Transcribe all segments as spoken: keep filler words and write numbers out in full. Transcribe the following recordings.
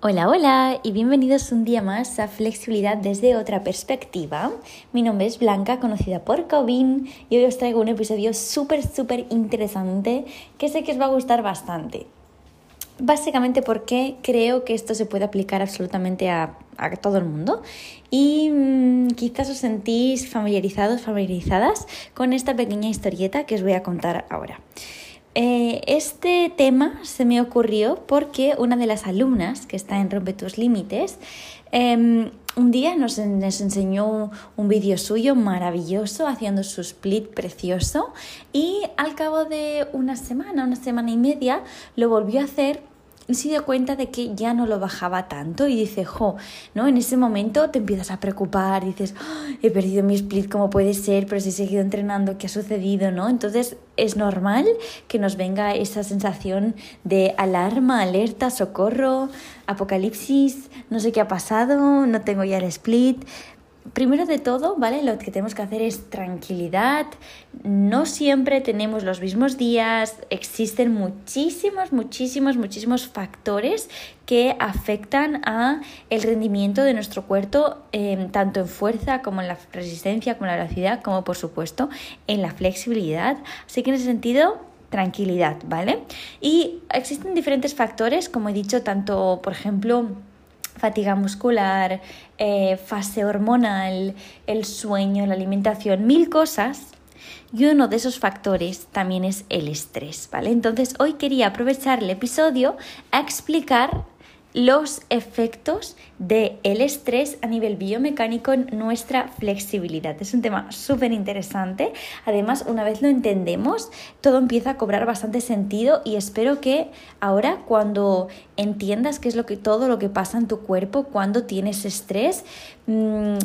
Hola, hola y bienvenidos un día más a Flexibilidad desde otra perspectiva. Mi nombre es Blanca, conocida por Cobin, y hoy os traigo un episodio súper, súper interesante que sé que os va a gustar bastante. Básicamente porque creo que esto se puede aplicar absolutamente a, a todo el mundo y mmm, quizás os sentís familiarizados, familiarizadas con esta pequeña historieta que os voy a contar ahora. Eh, este tema se me ocurrió porque una de las alumnas que está en Rompe tus Límites eh, un día nos, nos enseñó un, un vídeo suyo maravilloso haciendo su split precioso y al cabo de una semana, una semana y media lo volvió a hacer y se dio cuenta de que ya no lo bajaba tanto y dice, jo, ¿no? En ese momento te empiezas a preocupar, dices, oh, he perdido mi split, ¿cómo puede ser? Pero si he seguido entrenando, ¿qué ha sucedido? ¿No? Entonces es normal que nos venga esa sensación de alarma, alerta, socorro, apocalipsis, no sé qué ha pasado, no tengo ya el split. Primero de todo, ¿vale? Lo que tenemos que hacer es tranquilidad. No siempre tenemos los mismos días. Existen muchísimos, muchísimos, muchísimos factores que afectan a el rendimiento de nuestro cuerpo, eh, tanto en fuerza como en la resistencia, como en la velocidad, como por supuesto en la flexibilidad. Así que en ese sentido, tranquilidad, ¿vale? Y existen diferentes factores, como he dicho, tanto, por ejemplo, fatiga muscular, eh, fase hormonal, el sueño, la alimentación, mil cosas. Y uno de esos factores también es el estrés, ¿vale? Entonces hoy quería aprovechar el episodio a explicar los efectos del estrés a nivel biomecánico en nuestra flexibilidad. Es un tema súper interesante. Además, una vez lo entendemos, todo empieza a cobrar bastante sentido y espero que ahora, cuando entiendas qué es lo que, todo lo que pasa en tu cuerpo cuando tienes estrés, mmm,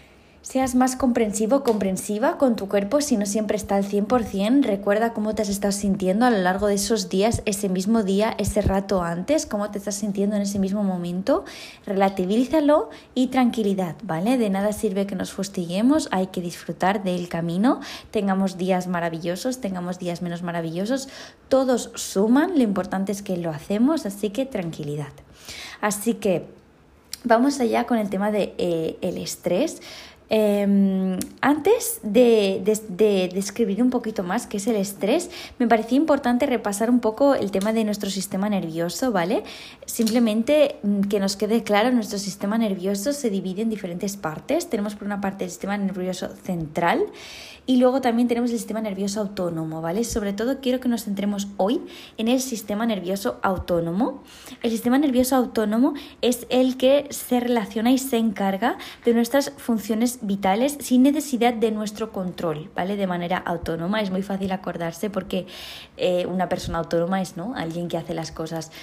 seas más comprensivo o comprensiva con tu cuerpo si no siempre está al cien por ciento. Recuerda cómo te has estado sintiendo a lo largo de esos días, ese mismo día, ese rato antes, cómo te estás sintiendo en ese mismo momento. Relativízalo y tranquilidad, ¿vale? De nada sirve que nos fustiguemos, hay que disfrutar del camino. Tengamos días maravillosos, tengamos días menos maravillosos. Todos suman, lo importante es que lo hacemos, así que tranquilidad. Así que vamos allá con el tema del de, eh, estrés. Eh, antes de, de, de describir un poquito más qué es el estrés, me parecía importante repasar un poco el tema de nuestro sistema nervioso, ¿vale? Simplemente que nos quede claro, nuestro sistema nervioso se divide en diferentes partes. Tenemos por una parte el sistema nervioso central y luego también tenemos el sistema nervioso autónomo, ¿vale? Sobre todo quiero que nos centremos hoy en el sistema nervioso autónomo. El sistema nervioso autónomo es el que se relaciona y se encarga de nuestras funciones vitales sin necesidad de nuestro control, ¿vale? De manera autónoma. Es muy fácil acordarse porque eh, una persona autónoma es, ¿no?, alguien que hace las cosas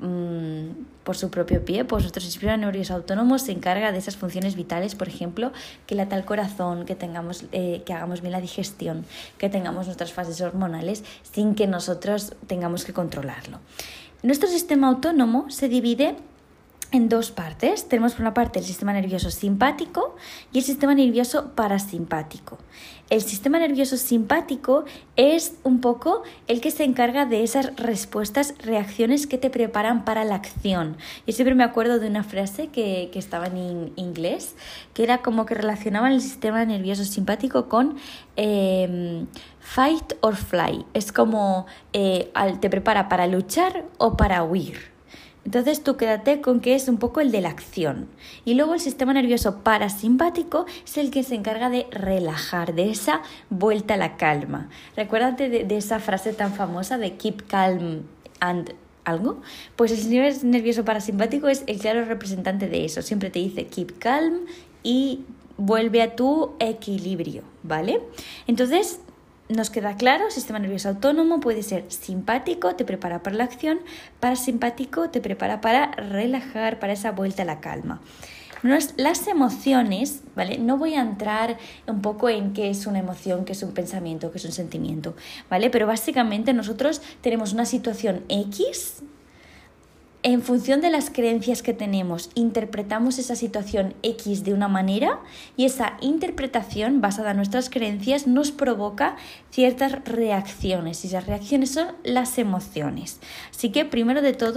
por su propio pie. Pues nuestro sistema nervioso autónomo se encarga de esas funciones vitales, por ejemplo, que lata el corazón, que tengamos, eh, que hagamos bien la digestión, que tengamos nuestras fases hormonales sin que nosotros tengamos que controlarlo. Nuestro sistema autónomo se divide en dos partes. Tenemos por una parte el sistema nervioso simpático y el sistema nervioso parasimpático. El sistema nervioso simpático es un poco el que se encarga de esas respuestas, reacciones que te preparan para la acción. Yo siempre me acuerdo de una frase que, que estaba en inglés, que era como que relacionaban el sistema nervioso simpático con eh, fight or fly. Es como eh, te prepara para luchar o para huir. Entonces tú quédate con que es un poco el de la acción. Y luego el sistema nervioso parasimpático es el que se encarga de relajar, de esa vuelta a la calma. Recuérdate de, de esa frase tan famosa de keep calm and algo. Pues el sistema nervioso parasimpático es el claro representante de eso. Siempre te dice keep calm y vuelve a tu equilibrio, ¿vale? Entonces nos queda claro, sistema nervioso autónomo puede ser simpático, te prepara para la acción, parasimpático te prepara para relajar, para esa vuelta a la calma. Las emociones, ¿vale? No voy a entrar un poco en qué es una emoción, qué es un pensamiento, qué es un sentimiento, ¿vale? Pero básicamente nosotros tenemos una situación X. En función de las creencias que tenemos, interpretamos esa situación X de una manera y esa interpretación basada en nuestras creencias nos provoca ciertas reacciones y esas reacciones son las emociones. Así que primero de todo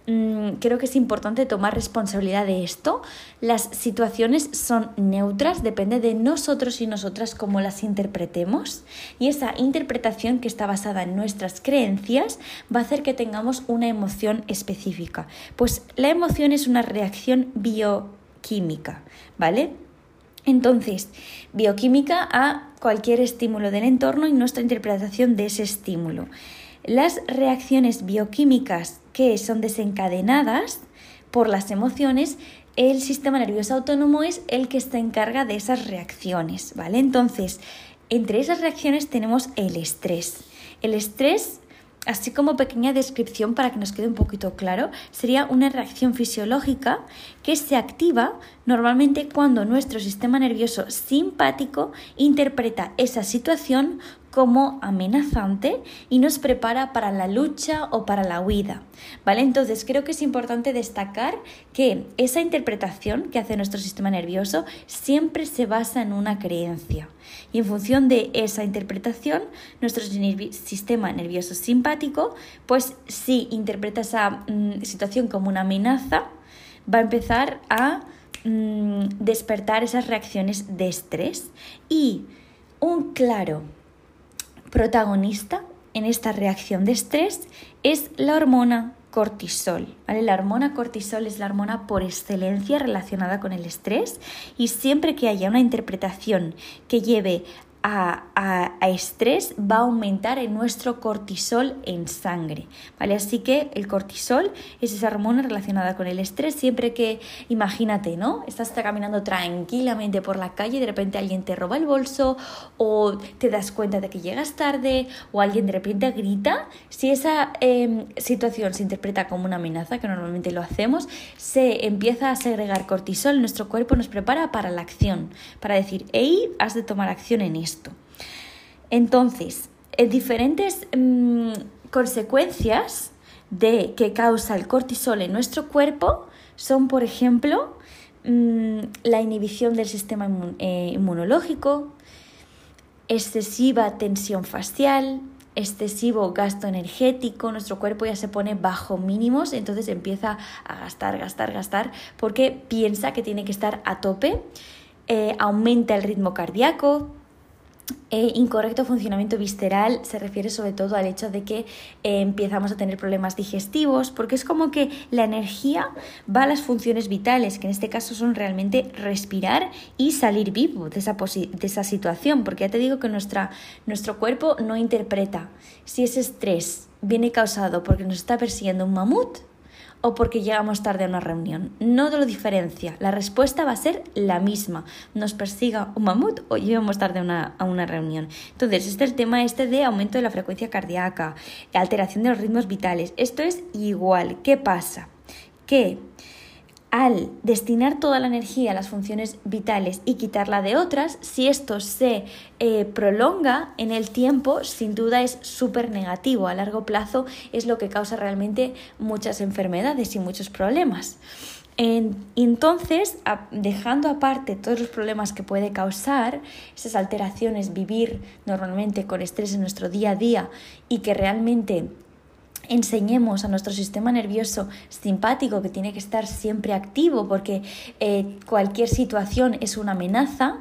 mmm, creo que es importante tomar responsabilidad de esto. Las situaciones son neutras, depende de nosotros y nosotras cómo las interpretemos, y esa interpretación que está basada en nuestras creencias va a hacer que tengamos una emoción específica. Pues la emoción es una reacción bioquímica, ¿vale? Entonces, bioquímica a cualquier estímulo del entorno y nuestra interpretación de ese estímulo. Las reacciones bioquímicas que son desencadenadas por las emociones, el sistema nervioso autónomo es el que se encarga de esas reacciones, ¿vale? Entonces, entre esas reacciones tenemos el estrés. El estrés, así como pequeña descripción para que nos quede un poquito claro, sería una reacción fisiológica que se activa normalmente cuando nuestro sistema nervioso simpático interpreta esa situación como amenazante y nos prepara para la lucha o para la huida, ¿vale? Entonces creo que es importante destacar que esa interpretación que hace nuestro sistema nervioso siempre se basa en una creencia, y en función de esa interpretación nuestro nervi- sistema nervioso simpático, pues si interpreta esa mmm, situación como una amenaza, va a empezar a mmm, despertar esas reacciones de estrés. Y un claro protagonista en esta reacción de estrés es la hormona cortisol, ¿vale? La hormona cortisol es la hormona por excelencia relacionada con el estrés, y siempre que haya una interpretación que lleve A, a, a estrés va a aumentar en nuestro cortisol en sangre, ¿vale? Así que el cortisol es esa hormona relacionada con el estrés. Siempre que, imagínate, ¿no? Estás caminando tranquilamente por la calle y de repente alguien te roba el bolso, o te das cuenta de que llegas tarde, o alguien de repente grita. Si esa eh, situación se interpreta como una amenaza, que normalmente lo hacemos, se empieza a segregar cortisol, nuestro cuerpo nos prepara para la acción, para decir, hey, has de tomar acción en esto. Entonces, en diferentes mmm, consecuencias de que causa el cortisol en nuestro cuerpo son, por ejemplo, mmm, la inhibición del sistema inmun- eh, inmunológico, excesiva tensión facial, excesivo gasto energético. Nuestro cuerpo ya se pone bajo mínimos, entonces empieza a gastar, gastar, gastar, porque piensa que tiene que estar a tope. Eh, aumenta el ritmo cardíaco. Eh, incorrecto funcionamiento visceral se refiere sobre todo al hecho de que eh, empezamos a tener problemas digestivos, porque es como que la energía va a las funciones vitales, que en este caso son realmente respirar y salir vivo de esa, posi- de esa situación, porque ya te digo que nuestra, nuestro cuerpo no interpreta si ese estrés viene causado porque nos está persiguiendo un mamut o porque llegamos tarde a una reunión. No lo diferencia. La respuesta va a ser la misma. Nos persiga un mamut o llegamos tarde a una, a una reunión. Entonces, este es el tema este de aumento de la frecuencia cardíaca, alteración de los ritmos vitales. Esto es igual. ¿Qué pasa? Que al destinar toda la energía a las funciones vitales y quitarla de otras, si esto se eh, prolonga en el tiempo, sin duda es súper negativo. A largo plazo es lo que causa realmente muchas enfermedades y muchos problemas. En, entonces, a, dejando aparte todos los problemas que puede causar, esas alteraciones, vivir normalmente con estrés en nuestro día a día, y que realmente enseñemos a nuestro sistema nervioso simpático que tiene que estar siempre activo porque eh, cualquier situación es una amenaza.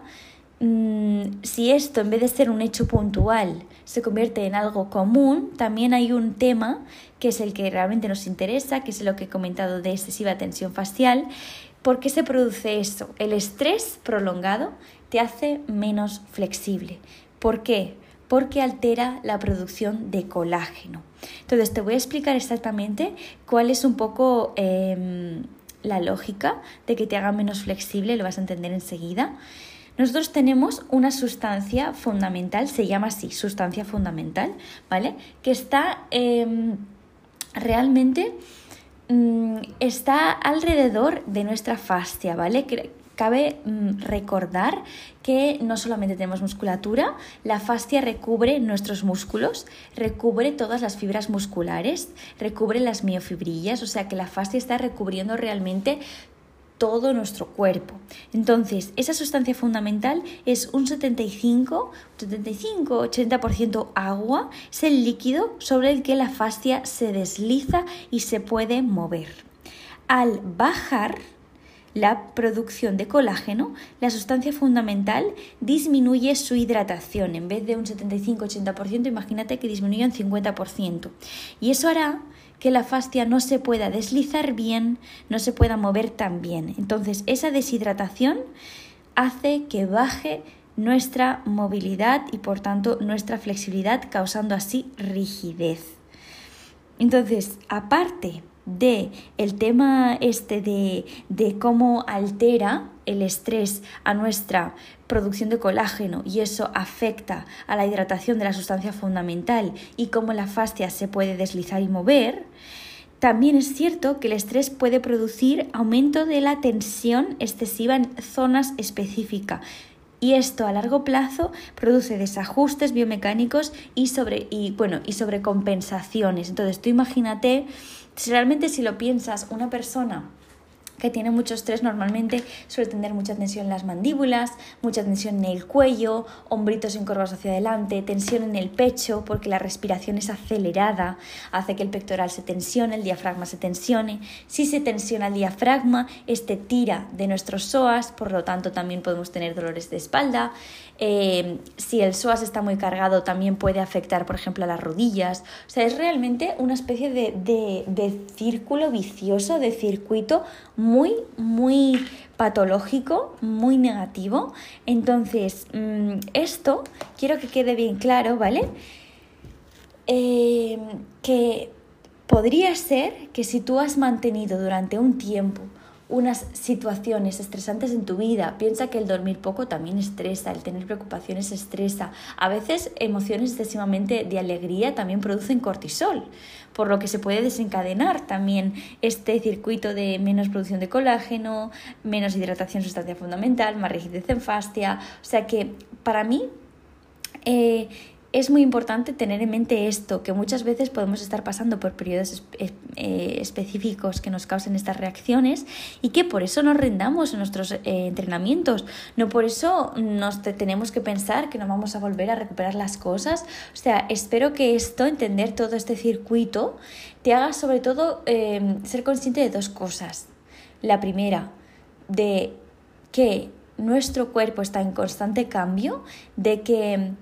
Mm, si esto, en vez de ser un hecho puntual, se convierte en algo común, también hay un tema que es el que realmente nos interesa, que es lo que he comentado de excesiva tensión facial. ¿Por qué se produce eso? El estrés prolongado te hace menos flexible. ¿Por qué? Porque altera la producción de colágeno. Entonces te voy a explicar exactamente cuál es un poco eh, la lógica de que te haga menos flexible, lo vas a entender enseguida. Nosotros tenemos una sustancia fundamental, se llama así, sustancia fundamental, ¿vale? Que está eh, realmente mm, está alrededor de nuestra fascia, ¿vale? Que, Cabe mm, recordar que no solamente tenemos musculatura, la fascia recubre nuestros músculos, recubre todas las fibras musculares, recubre las miofibrillas, o sea que la fascia está recubriendo realmente todo nuestro cuerpo. Entonces, esa sustancia fundamental es un setenta y cinco, setenta y cinco, ochenta por ciento agua, es el líquido sobre el que la fascia se desliza y se puede mover. Al bajar la producción de colágeno, la sustancia fundamental disminuye su hidratación. En vez de un setenta y cinco a ochenta por ciento, imagínate que disminuye un cincuenta por ciento. Y eso hará que la fascia no se pueda deslizar bien, no se pueda mover tan bien. Entonces, esa deshidratación hace que baje nuestra movilidad y, por tanto, nuestra flexibilidad, causando así rigidez. Entonces, aparte de el tema este de, de cómo altera el estrés a nuestra producción de colágeno y eso afecta a la hidratación de la sustancia fundamental y cómo la fascia se puede deslizar y mover, también es cierto que el estrés puede producir aumento de la tensión excesiva en zonas específicas. Y esto a largo plazo produce desajustes biomecánicos y, sobre, y, bueno, y sobrecompensaciones. Entonces tú imagínate, si realmente si lo piensas, una persona que tiene mucho estrés normalmente suele tener mucha tensión en las mandíbulas, mucha tensión en el cuello, hombritos encorvados hacia adelante, tensión en el pecho porque la respiración es acelerada, hace que el pectoral se tensione, el diafragma se tensione. Si se tensiona el diafragma, este tira de nuestros psoas, por lo tanto también podemos tener dolores de espalda. Eh, si el psoas está muy cargado también puede afectar, por ejemplo, a las rodillas. O sea, es realmente una especie de, de, de círculo vicioso, de circuito muy, muy patológico, muy negativo. Entonces, mmm, esto quiero que quede bien claro, ¿vale? Eh, que podría ser que si tú has mantenido durante un tiempo unas situaciones estresantes en tu vida, piensa que el dormir poco también estresa, el tener preocupaciones estresa, a veces emociones excesivamente de alegría también producen cortisol, por lo que se puede desencadenar también este circuito de menos producción de colágeno, menos hidratación, sustancia fundamental, más rigidez en fascia. O sea que para mí eh, es muy importante tener en mente esto, que muchas veces podemos estar pasando por periodos espe- eh, específicos que nos causen estas reacciones y que por eso nos rendamos en nuestros eh, entrenamientos. No por eso nos te- tenemos que pensar que no vamos a volver a recuperar las cosas. O sea, espero que esto, entender todo este circuito, te haga sobre todo eh, ser consciente de dos cosas. La primera, de que nuestro cuerpo está en constante cambio, de que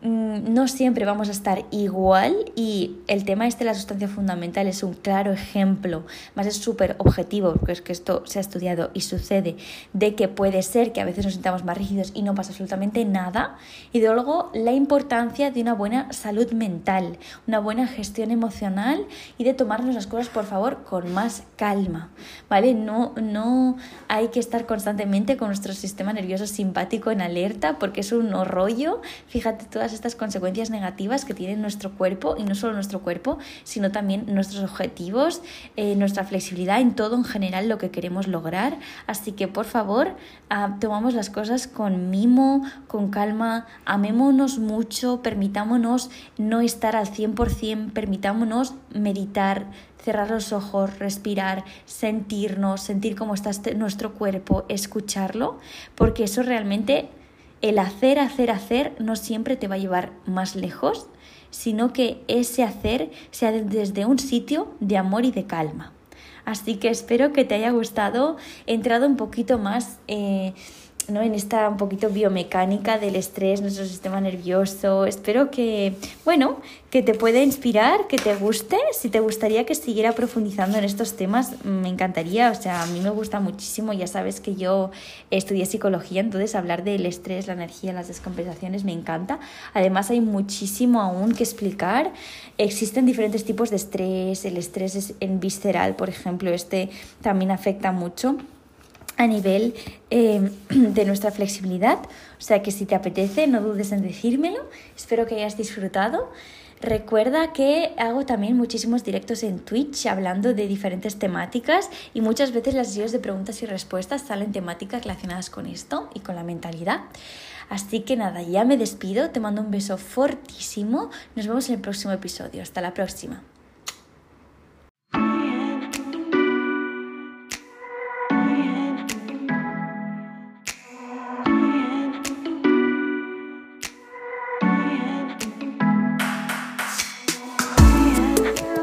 no siempre vamos a estar igual y el tema este de la sustancia fundamental es un claro ejemplo, más es súper objetivo porque es que esto se ha estudiado y sucede, de que puede ser que a veces nos sintamos más rígidos y no pasa absolutamente nada. Y de luego la importancia de una buena salud mental, una buena gestión emocional y de tomarnos las cosas por favor con más calma, ¿vale? No, no hay que estar constantemente con nuestro sistema nervioso simpático en alerta porque es un rollo. Fíjate todas estas consecuencias negativas que tiene nuestro cuerpo y no solo nuestro cuerpo, sino también nuestros objetivos, eh, nuestra flexibilidad en todo en general lo que queremos lograr. Así que por favor, uh, tomamos las cosas con mimo, con calma, amémonos mucho, permitámonos no estar al cien por ciento, permitámonos meditar, cerrar los ojos, respirar, sentirnos, sentir cómo está este, nuestro cuerpo, escucharlo, porque eso realmente, el hacer, hacer, hacer no siempre te va a llevar más lejos, sino que ese hacer sea desde un sitio de amor y de calma. Así que espero que te haya gustado, he entrado un poquito más eh, ¿no? en esta un poquito biomecánica del estrés, nuestro sistema nervioso. Espero que, bueno, que te pueda inspirar, que te guste. Si te gustaría que siguiera profundizando en estos temas, me encantaría. O sea, a mí me gusta muchísimo. Ya sabes que yo estudié psicología, entonces hablar del estrés, la energía, las descompensaciones me encanta. Además hay muchísimo aún que explicar. Existen diferentes tipos de estrés. El estrés es en visceral, por ejemplo, este también afecta mucho a nivel eh, de nuestra flexibilidad. O sea que si te apetece, no dudes en decírmelo. Espero que hayas disfrutado. Recuerda que hago también muchísimos directos en Twitch hablando de diferentes temáticas y muchas veces las sesiones de preguntas y respuestas salen temáticas relacionadas con esto y con la mentalidad. Así que nada, ya me despido, te mando un beso fortísimo. Nos vemos en el próximo episodio. Hasta la próxima.